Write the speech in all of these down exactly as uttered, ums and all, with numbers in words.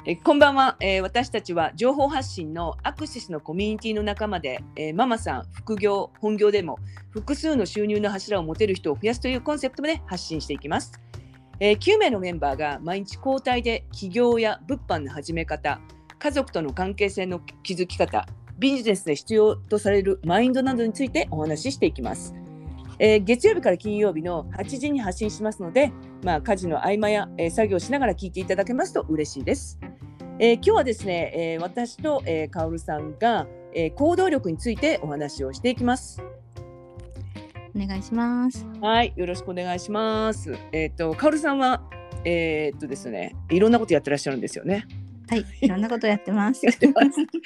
えこんばんは、えー私たちは情報発信のアクシスのコミュニティの仲間で、えーママさん、副業、本業でも複数の収入の柱を持てる人を増やすというコンセプトで発信していきます。えーきゅうめいのメンバーが毎日交代で起業や物販の始め方、家族との関係性の築き方、ビジネスで必要とされるマインドなどについてお話ししていきます。えー月曜日から金曜日のはちじに発信しますので、まあ、家事の合間や、えー作業しながら聞いていただけますと嬉しいです。えー今日はですね、えー私と、えー、カオルさんが、えー行動力についてお話をしていきます。 お願いします。 はい、よろしくお願いします。えっ、と、カオルさんは、えっとですね、いろんなことやってらっしゃるんですよね。 はい、いろんなことやってます。 やってます。はい、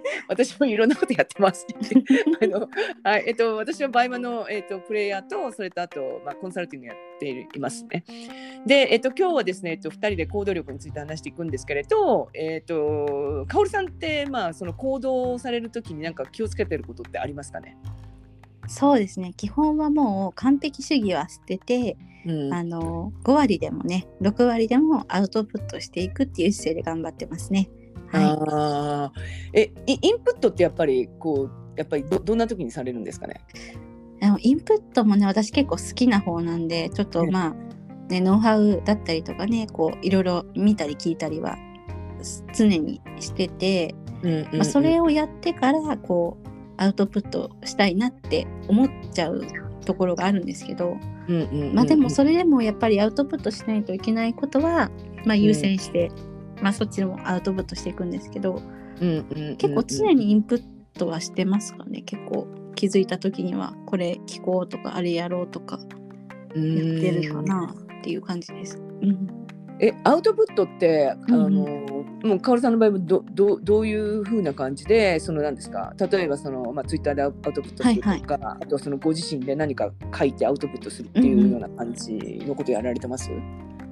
私もいろんなことやってますって言ってあの、はい、えっと、私はバイマの、えっと、プレイヤーと、それとあと、まあ、コンサルティングやっていますね。で、えっと、今日はですね、えっと、ふたりで行動力について話していくんですけれど、えっと、カオルさんって、まあ、その行動されるときになんか気をつけてることってありますかね？ そうですね、基本はもう完璧主義は捨てて、 うん、 あのご割でもね、ろく割でもアウトプットしていくっていう姿勢で頑張ってますね。はい。 あーえイインプットってやっぱりこうやっぱり ど, どんな時にされるんですかね？ でもインプットもね、私結構好きな方なんで、ちょっとまあ、ね、ノウハウだったりとかね、こういろいろ見たり聞いたりは常にしてて、 うんうんうんまあ、それをやってからこうアウトプットしたいなって思っちゃうところがあるんですけど、 うんうんうんうん、 まあでもそれでもやっぱりアウトプットしないといけないことは、まあ、優先して、まあ、そっちもアウトプットしていくんですけど、 うんうんうんうん、 結構常にインプットはしてますかね。結構気づいた時にはこれ聞こうとかあれやろうとかやってるかなっていう感じです。うん、 えアウトプットって、 うんうん、 あのもうカオルさんの場合は ど, ど, どういう風な感じでその何ですか、例えばその、まあ、ツイッターでアウトプットするとか、はいはい、あとはそのご自身で何か書いてアウトプットするっていうような感じのことやられてます？ うんうん、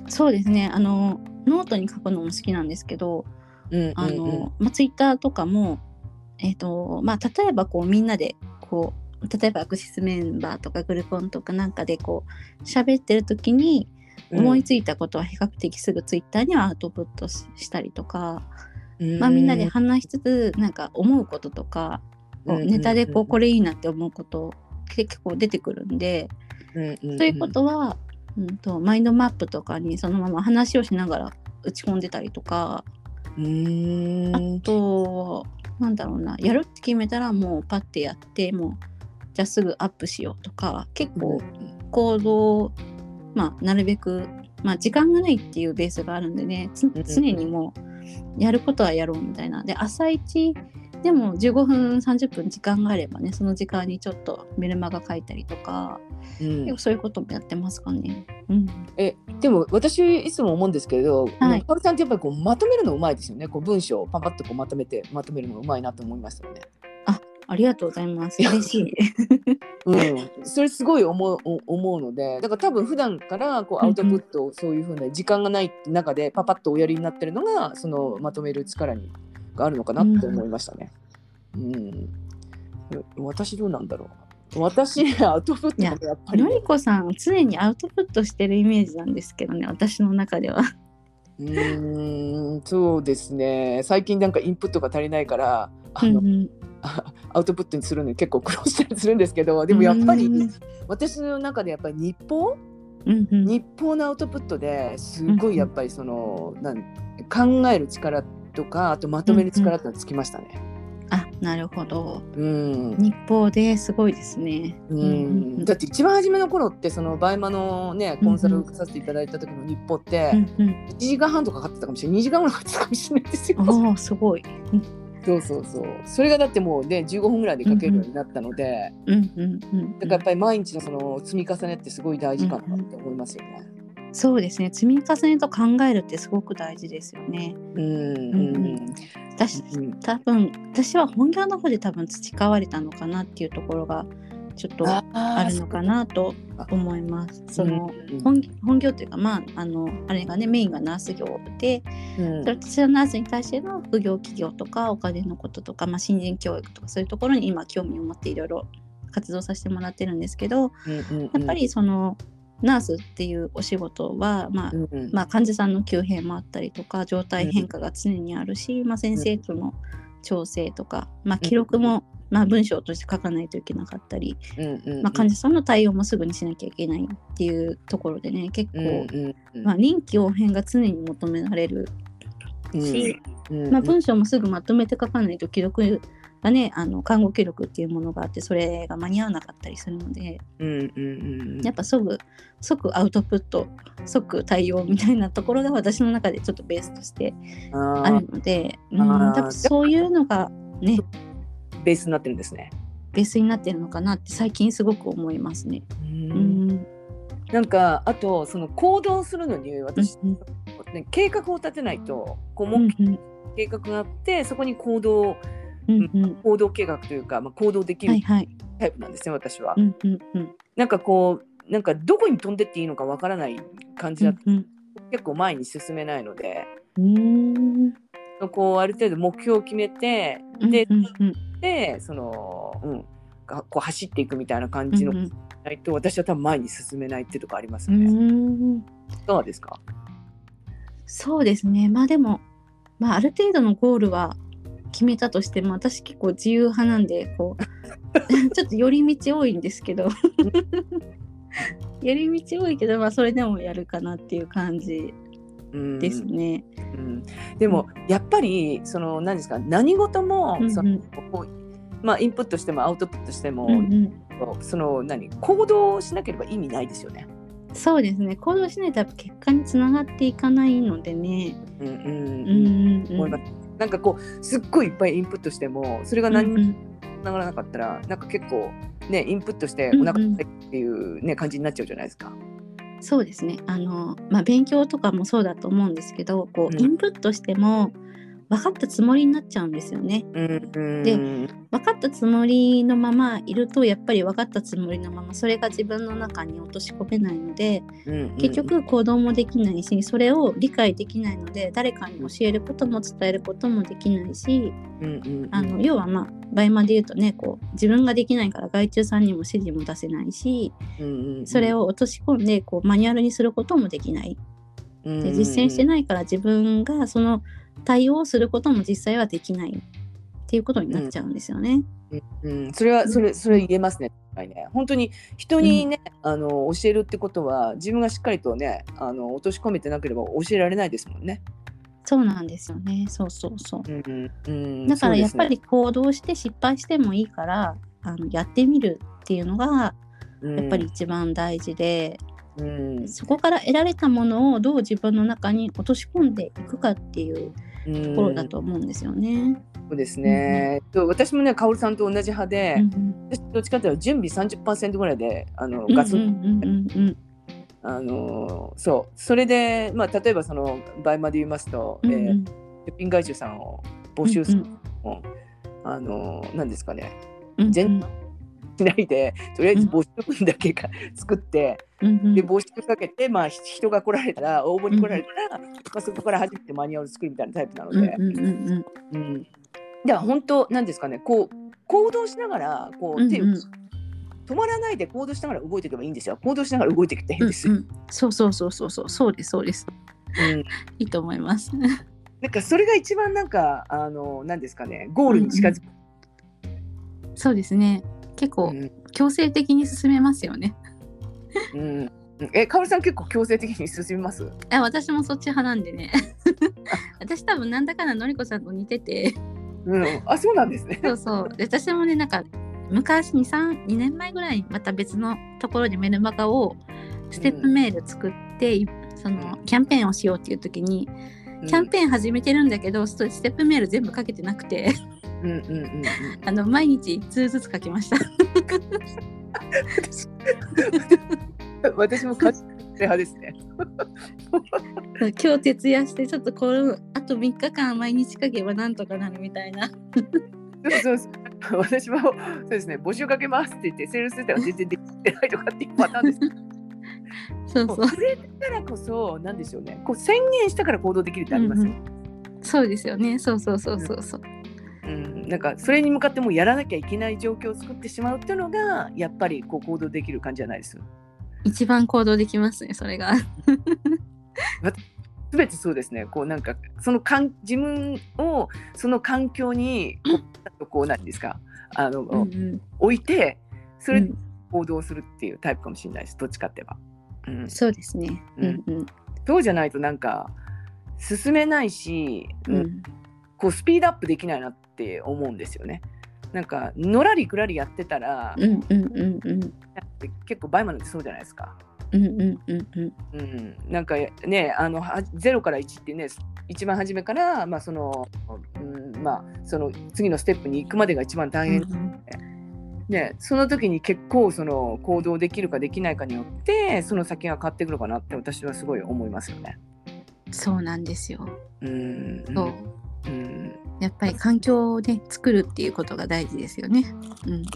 そうですね、あのノートに書くのも好きなんですけど、うんうんうん、あのまあ、ツイッターとかも、えーとまあ、例えばこうみんなでこう例えばアクシスメンバーとかグルコンとかなんかでこう喋ってる時に思いついたことは比較的すぐツイッターにはアウトプット し, したりとか、まあ、みんなで話しつつなんか思うこととか、こうネタでこうこれいいなって思うこと結構出てくるんで、うんうんうん、ということは、うんと、マインドマップとかにそのまま話をしながら打ち込んでたりとか、うーん、あとなんだろうな、やるって決めたらもうパッてやってもうじゃあすぐアップしようとか、結構行動、まあ、なるべく、まあ、時間がないっていうベースがあるんでね、常にもうやることはやろうみたいな。で、朝一でもじゅうごふんさんじゅっぷん時間があればね、その時間にちょっとメルマガ書いたりとか、うん、そういうこともやってますかね。うん、えでも私いつも思うんですけれど、はい、カオルさんってやっぱりこうまとめるのうまいですよね。こう文章をパパッとこうまとめてまとめるのうまいなと思いましたよね。 あ、ありがとうございます。嬉しい。 うん、それすごい思う、思うので、だから多分普段からこうアウトプットをそういう風な時間がない中でパパッとおやりになってるのがそのまとめる力にがあるのかなって思いましたね。うんうん、私どうなんだろう。私アウトプットもやっぱり、ね、 のりこさん常にアウトプットしてるイメージなんですけどね、私の中では。 うーん、そうですね。最近なんかインプットが足りないからあの、うんうん、アウトプットにするのに結構苦労したりするんですけど、でもやっぱり私の中でやっぱり日報、うんうん、日報のアウトプットですごいやっぱりその、うんうん、なん考える力とかあとまとめる力ってのつきましたね。 うんうん、あ、なるほど、 うん、 日報ですごいですね。 うんうん、だって一番初めの頃ってそのバイマのねコンサルをさせていただいた時の日報って、うんうん、いちじかんはんとかかかってたかもしれない、にじかんぐらいかかってたかもしれないですよ。 ああ、すごい。 そうそうそう、それがだってもうねじゅうごふんぐらいで書けるようになったので、うんうんうんうん、だからやっぱり毎日のその積み重ねってすごい大事かなって思いますよね。 うんうん、そうですね、積み重ねと考えるってすごく大事ですよね。うんうんうん、私、多分私は本業の方で多分培われたのかなっていうところがちょっとあるのかなと思います。その、うん、本, 本業というか、まあ、あのあれがねメインがナース業で、うん、私はナースに対しての副業企業とかお金のこととか、まあ、新人教育とかそういうところに今興味を持っていろいろ活動させてもらってるんですけど、うんうんうん、やっぱりそのナースっていうお仕事は、まあうんうんまあ、患者さんの急変もあったりとか状態変化が常にあるし、まあ、先生との調整とか、まあ、記録も、まあ、文章として書かないといけなかったり、 うんうんうんまあ、患者さんの対応もすぐにしなきゃいけないっていうところでね、結構、 うんうんうんまあ、臨機応変が常に求められるし、 うんうんまあ、文章もすぐまとめて書かないと記録がね、あの看護記録っていうものがあって、それが間に合わなかったりするので、 うんうんうんやっぱ即即アウトプット即対応みたいなところが私の中でちょっとベースとしてああるので、 あーうん、多分そういうのがねベースになってるんですね。 ベースになってるのかなって最近すごく思いますね。 ううんんなんかあとその行動するのに私、 うんね、計画を立てないとこううん目標計画があってそこに行動うんうん行動計画というか、まあ、行動できるはいはいタイプなんですね、私は。 うんうんうんなんかこうなんかどこに飛んでっていいのかわからない感じだと、 うん結構前に進めないので、 うんこうある程度目標を決めてうんで、 うんうんでその、うん、がこう走っていくみたいな感じの、 うんうんないと私は多分前に進めないっていうところありますうね。 んいかがですか？ そうですね。まあでも、まあ、ある程度のゴールは決めたとしても、私結構自由派なんでこうちょっと寄り道多いんですけど寄り道多いけど、まあ、それでもやるかなっていう感じうんですね。 うん、でもやっぱりその何ですか、何事も、 うんうんそのこうまあ、インプットしてもアウトプットしても、 うんうんその何行動しなければ意味ないですよね。 そうですね。行動しないとやっぱ結果につながっていかないのでね。 うんうんうんうんうん思います。なんかこうすっごいいっぱいインプットしてもそれが何にもつながらなかったら、なんか結構ねインプットしてお腹いっぱいっていうね感じになっちゃうじゃないですか。 そうですね。あの、まあ、勉強とかもそうだと思うんですけど、こううんインプットしても分かったつもりになっちゃうんですよね。 うんうんで分かったつもりのままいると、やっぱり分かったつもりのままそれが自分の中に落とし込めないので、 うんうん結局行動もできないし、それを理解できないので誰かに教えることも伝えることもできないし、 うんうんうんあの要はまあバイマで言うとね、こう自分ができないから外注さんにも指示も出せないし、 うんうんうんそれを落とし込んでこうマニュアルにすることもできない。で実践してないから自分がその対応することも実際はできないっていうことになっちゃうんですよね。 うんうん、それはそれそれ言えますね。ね本当に人にね、うん、あの教えるってことは自分がしっかりとねあの落とし込めてなければ教えられないですもんね。 そうなんですよね。そうそうそう。 うんうん、 だからやっぱり行動して失敗してもいいから、あのやってみるっていうのがやっぱり一番大事で、うん、そこから得られたものをどう自分の中に落とし込んでいくかっていうところだと思うんですよね。 そうですね、うん、私もねカオルさんと同じ派で、うん、私どっちかというと準備 さんじゅっパーセント ぐらいであのガツンあのそうそれで、まあ、例えばその倍まで言いますと、うんうんえー、出品会社さんを募集するの、うんうん、あの何ですかね、うんうん、全しないでとりあえず募集文だけか作って、うんうん、で募集かけて、まあ、人が来られたら応募に来られたら、うんうんまあ、そこから初めてマニュアル作るみたいなタイプなので、うんうんうんうんだから本当なんですかね、こう行動しながらこう、うんうん、手を止まらないで行動しながら動いていけばいいんですよ。行動しながら動いていくって変ですよ、うんうん、 そうそうそうそうそうそうですそうです、うん、いいと思いますなんかそれが一番なんかあのなんですかねゴールに近づく、 うんうん、そうですね結構、うん、強制的に進めますよねうんえ、かおりさん結構強制的に進みます？ あ私もそっち派なんでね私多分なんだかんだのりこさんと似ててうん、あ、そうなんですね。 そうそう。で私もね、なんか昔に、さん、にねんまえぐらいにまた別のところでメルマガをステップメール作って、うん、そのキャンペーンをしようっていう時に、うん、キャンペーン始めてるんだけど、ステップメール全部かけてなくて、うんうんうんうん、あの毎日いち通ずつ書きました。 私も書く派ですね。 今日徹夜してちょっとこれあとみっかかん毎日書けばなんとかなるみたいな。 そうそうそう私もそうですね募集かけますって言ってセールスしてたら全然できてないとかっていうパターンです。 そうそう。 それだからこそなんでしょうね。こう宣言したから行動できるってありますよ、ねうんうん。そうですよね。そうそうそうそうそう。 うん、なんかそれに向かってもうやらなきゃいけない状況を作ってしまうっていうのがやっぱりこう行動できる感じじゃないです。 一番行動できますねそれが。 すべてそうですね。こうなんかそのかん自分をその環境にこうこうなんですかあの、うんうん、置いてそれで行動するっていうタイプかもしれないです。どっちかって言えば、 うん、そうですね、うんうん、 そうじゃないとなんか進めないし、うん、こうスピードアップできないなって思うんですよね。なんかのらりくらりやってたら、 うんうんうんうん、 結構バイマンってそうじゃないですか。 うんうんうんうんうん、なんかねあのゼロからいちってね一番初めから、まあそのうんまあ、その次のステップに行くまでが一番大変で、うんうんね、その時に結構その行動できるかできないかによってその先が変わってくるかなって私はすごい思いますよね。 そうなんですよ。 うん、 そう、うん、やっぱり環境をね作るっていうことが大事ですよね。 うん、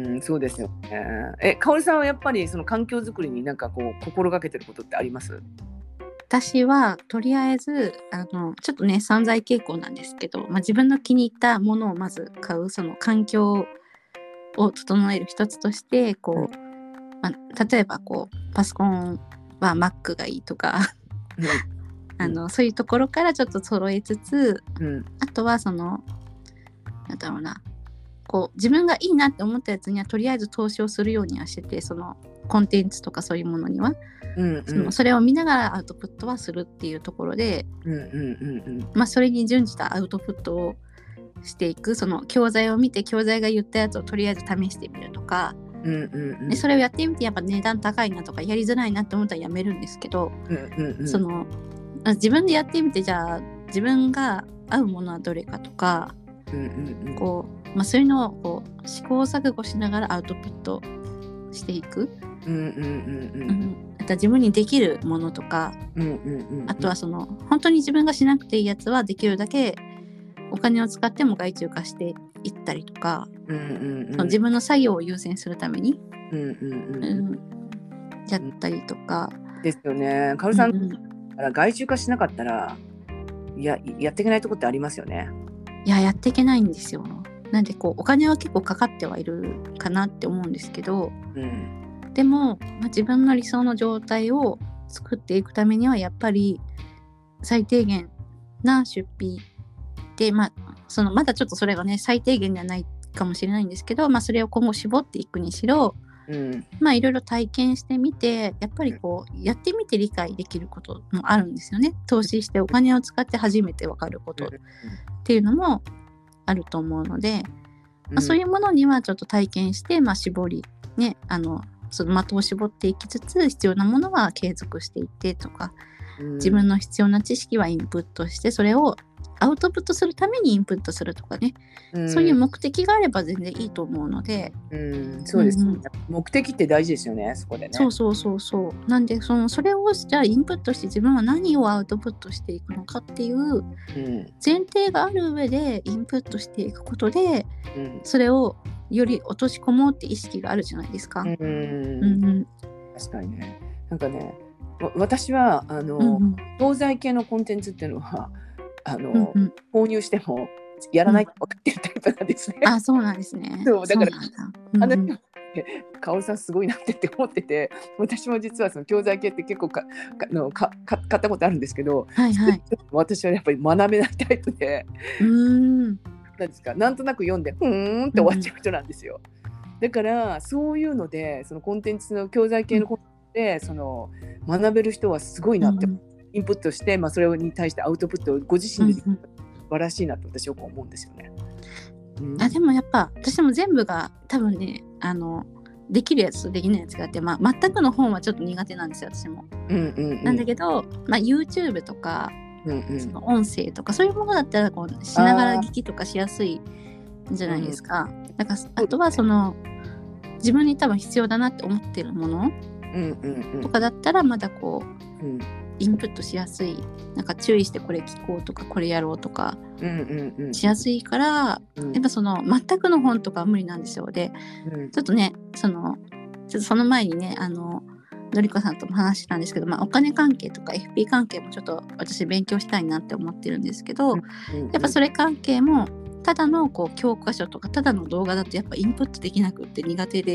うんそうですよね。え、かおりさんはやっぱりその環境づくりになんかこう心がけてることってあります？ 私はとりあえずあのちょっとね散財傾向なんですけど、まあ、自分の気に入ったものをまず買うその環境を整える一つとしてこう、うんまあ、例えばこうパソコンは Mac がいいとかあの、うん、そういうところからちょっと揃えつつ、うん、あとはそのなんだろうなこう自分がいいなって思ったやつにはとりあえず投資をするようにはしててそのコンテンツとかそういうものには、うんうん、そのそれを見ながらアウトプットはするっていうところで、うんうんうんうんまあ、それに準じたアウトプットをしていくその教材を見て教材が言ったやつをとりあえず試してみるとか、うんうんうん、でそれをやってみてやっぱ値段高いなとかやりづらいなって思ったらやめるんですけど、うんうんうん、その自分でやってみてじゃあ自分が合うものはどれかとか、うんうんうん、こうまあ、そういうのをこう試行錯誤しながらアウトプットしていく、うんうんうんうんうん、あとは自分にできるものとか、うんうんうんうん、あとはその本当に自分がしなくていいやつはできるだけお金を使っても外注化していったりとか、うんうんうん、その自分の作業を優先するために、うんうんうんうん、やったりとかですよね。かおりさん、うんうん、から外注化しなかったらいや、やっていけないとこってありますよね。 いややっていけないんですよ。なんでこうお金は結構かかってはいるかなって思うんですけど、うん、でも、まあ、自分の理想の状態を作っていくためにはやっぱり最低限な出費で、まあ、そのまだちょっとそれがね最低限じゃないかもしれないんですけど、まあ、それを今後絞っていくにしろ、うん、まあいろいろ体験してみてやっぱりこうやってみて理解できることもあるんですよね。投資してお金を使って初めて分かることっていうのもあると思うので、まあ、そういうものにはちょっと体験して、まあ、絞りねあのその的を絞っていきつつ必要なものは継続していってとか、うん、自分の必要な知識はインプットしてそれをアウトプットするためにインプットするとかね、うん、そういう目的があれば全然いいと思うので、 うん、そうです、うん、目的って大事ですよねそこでね。 そうそうそうそうなんでそのそれをじゃあインプットして自分は何をアウトプットしていくのかっていう前提がある上でインプットしていくことで、うん、それをより落とし込もうって意識があるじゃないですか。うんうんうん、 確かにね。なんかね私はあの、うんうん、教材系のコンテンツっていうのはあの、うんうん、購入してもやらないと分かってるタイプなんですね。 うん、あ、そうなんですね。 そうだからあのかおりさんすごいなってって思ってて私も実はその教材系って結構かかのかか買ったことあるんですけど、はいはい、私はやっぱり学べないタイプでうーんなんですかなんとなく読んでふーんって終わっちゃう人なんですよ、うん、だからそういうのでそのコンテンツの教材系のコンテンツで、うん、その学べる人はすごいなって、うん、インプットして、まあ、それに対してアウトプットをご自身でできる、うん、素晴らしいなと私よく思うんですよね。 うん、あでもやっぱ私も全部が多分ねあのできるやつとできないやつがあって、まあ、全くの本はちょっと苦手なんですよ私も、うんうんうん、なんだけど、まあ、YouTube とか、うんうん、その音声とかそういうものだったらこうしながら聞きとかしやすいんじゃないですか、うん、だからあとはその自分に多分必要だなって思ってるもの、うんうんうん、とかだったらまだこう、うんインプットしやすいなんか注意してこれ聞こうとかこれやろうとかしやすいから、うんうん、やっぱその全くの本とかは無理なんですよ。で、うん、ちょっとねそのちょっとその前にねあののりこさんとも話したんですけど、まあ、お金関係とか エフピー 関係もちょっと私勉強したいなって思ってるんですけど、うんうんうん、やっぱそれ関係もただのこう教科書とかただの動画だとやっぱインプットできなくって苦手で、う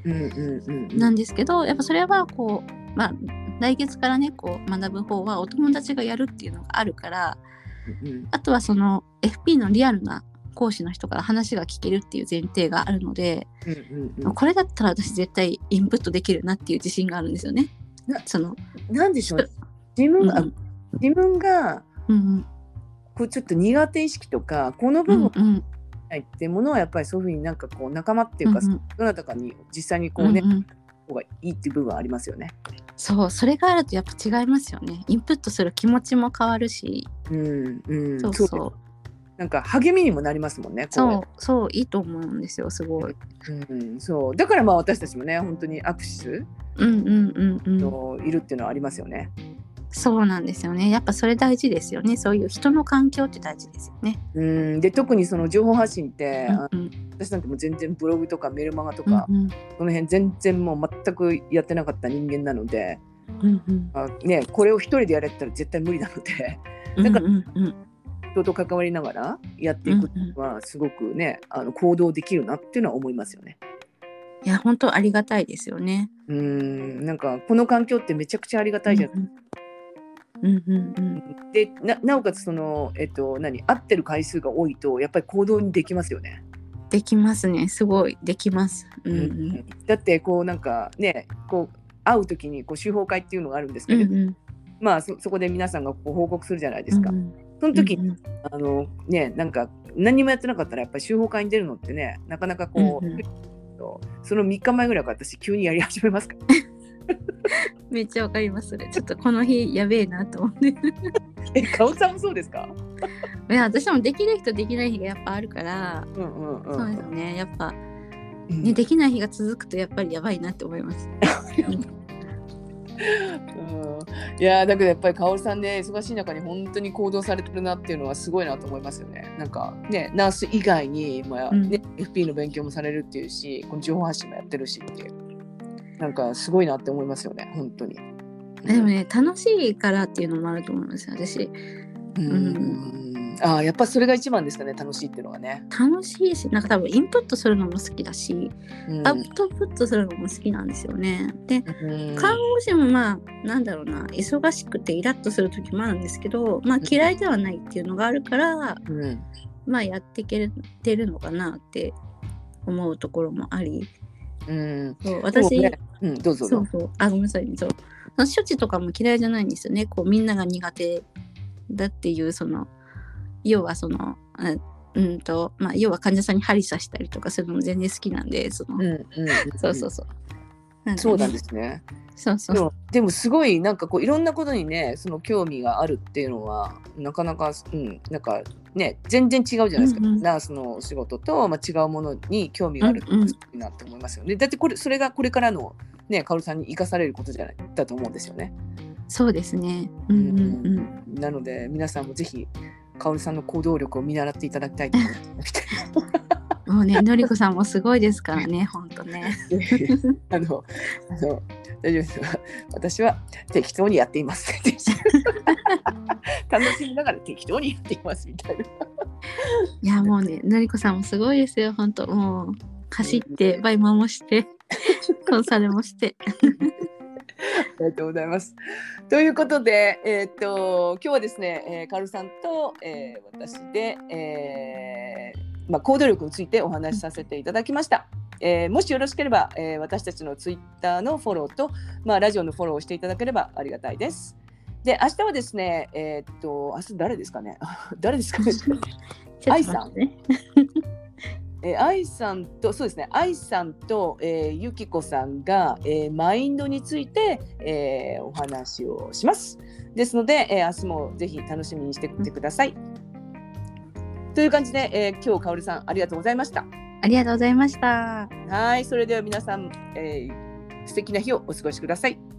うんうんうんうん、 なんですけど、やっぱそれはこう、まあ、来月からねこう学ぶ方はお友達がやるっていうのがあるから、うんうん、あとはその エフピー のリアルな講師の人から話が聞けるっていう前提があるので、うんうんうん、これだったら私絶対インプットできるなっていう自信があるんですよね。 なそのなんでしょう、自分が、うん、自分が、うんうん、こうちょっと苦手意識とかこの部分、うんうんっていうものはやっぱりそういうふうになんかこう仲間っていうか、うんうん、どなたかに実際にこうね、うんうん、方がいいっていう部分はありますよね。 そう、それがあるとやっぱ違いますよね。インプットする気持ちも変わるし、 うんうん、 そうそう、 なんか励みにもなりますもんね。こうそうそう、いいと思うんですよ、すごい。 うん、そうだからまあ私たちもね本当にアクシス、うんうんうんうん、いるっていうのはありますよね。 そうなんですよね。やっぱそれ大事ですよね。そういう人の環境って大事ですよね。 うんで特にその情報発信って、うんうん、私なんてもう全然ブログとかメルマガとか、うんうん、その辺全然もう全くやってなかった人間なので、うんうんあね、これを一人でやれたら絶対無理なのでだから、うんうんうん、人と関わりながらやっていくのはすごくね、うんうん、あの行動できるなっていうのは思いますよね。 いや本当ありがたいですよね。 うんなんかこの環境ってめちゃくちゃありがたいじゃん、うんうんうんうんうん、で な, なおかつその、えっと、何会ってる回数が多いとやっぱり行動にできますよね。 できますね、すごいできます、うんうん、 だってこうなんかねこう会う時にこう集合会っていうのがあるんですけど、うんうん、まあ そ, そこで皆さんがこう報告するじゃないですか、うんうん、その時に、うんうん、あのねなんか何もやってなかったらやっぱり集合会に出るのってねなかなかこう、うんうん、そのみっかまえぐらいから私急にやり始めますからめっちゃわかりますそれ。ちょっとこの日やべえなと思ってえ、かおさんもそうですか？ いや私もできる日とできない日がやっぱあるから、うんうんうん、そうですねやっぱ、ね、うん、できない日が続くとやっぱりやばいなって思いますうん、 いやだけどやっぱりかおるさんね忙しい中に本当に行動されてるなっていうのはすごいなと思いますよね。なんかねナース以外に、まあねうん、エフピー の勉強もされるっていうしこの情報発信もやってるしっていうなんかすごいなって思いますよね本当に。 でもね楽しいからっていうのもあると思いますよ私。うん、 うんあやっぱそれが一番ですかね楽しいっていうのがね。 楽しいしなんか多分インプットするのも好きだし、うん、アウトプットするのも好きなんですよね。で、うん、看護師もまあなんだろうな忙しくてイラッとする時もあるんですけどまあ嫌いではないっていうのがあるから、うん、まあやっていけてるのかなって思うところもあり、うん、そう私そう、ねうん、どうぞそうそうあごめんなさいそう処置とかも嫌いじゃないんですよね。こうみんなが苦手だっていうその要はそのうんとまあ要は患者さんに針刺したりとかするのも全然好きなんでその、うんうんうん、そうそうそうなん、ね、そうなんですね。 そうそうでも、でもすごいなんかこういろんなことにねその興味があるっていうのはなかなか、うん、なんかね全然違うじゃないですか、うんうん、ナースのお仕事と、まあ、違うものに興味があるっていいなって思いますよね、うんうん、だってこれそれがこれからのねかおるさんに生かされることじゃないだと思うんですよね。 そうですね、うんうんうん、 なので皆さんもぜひかおるさんの行動力を見習っていただきたいと思いますもうねのりこさんもすごいですからね本当ねあのあの大丈夫です私は適当にやっています楽しみながら適当にやっていますみたいないやもうねのりこさんもすごいですよ本当もう走ってバイマンもしてコンサルもしてありがとうございます。ということで、えー、っと今日はですね、えー、かおるさんと、えー、私で、えーまあ、行動力についてお話しさせていただきました。えー、もしよろしければ、えー、私たちのツイッターのフォローと、まあ、ラジオのフォローをしていただければありがたいです。で、明日はですね、えー、っと明日誰ですかね誰ですかね愛さんえー、愛さんとそうですね愛さんと、えー、ゆきこさんが、えー、マインドについて、えー、お話をしますですので、えー、明日もぜひ楽しみにしていてください、うん、という感じで、えー、今日かおるさんありがとうございました。 ありがとうございました。 はい、それでは皆さん、えー、素敵な日をお過ごしください。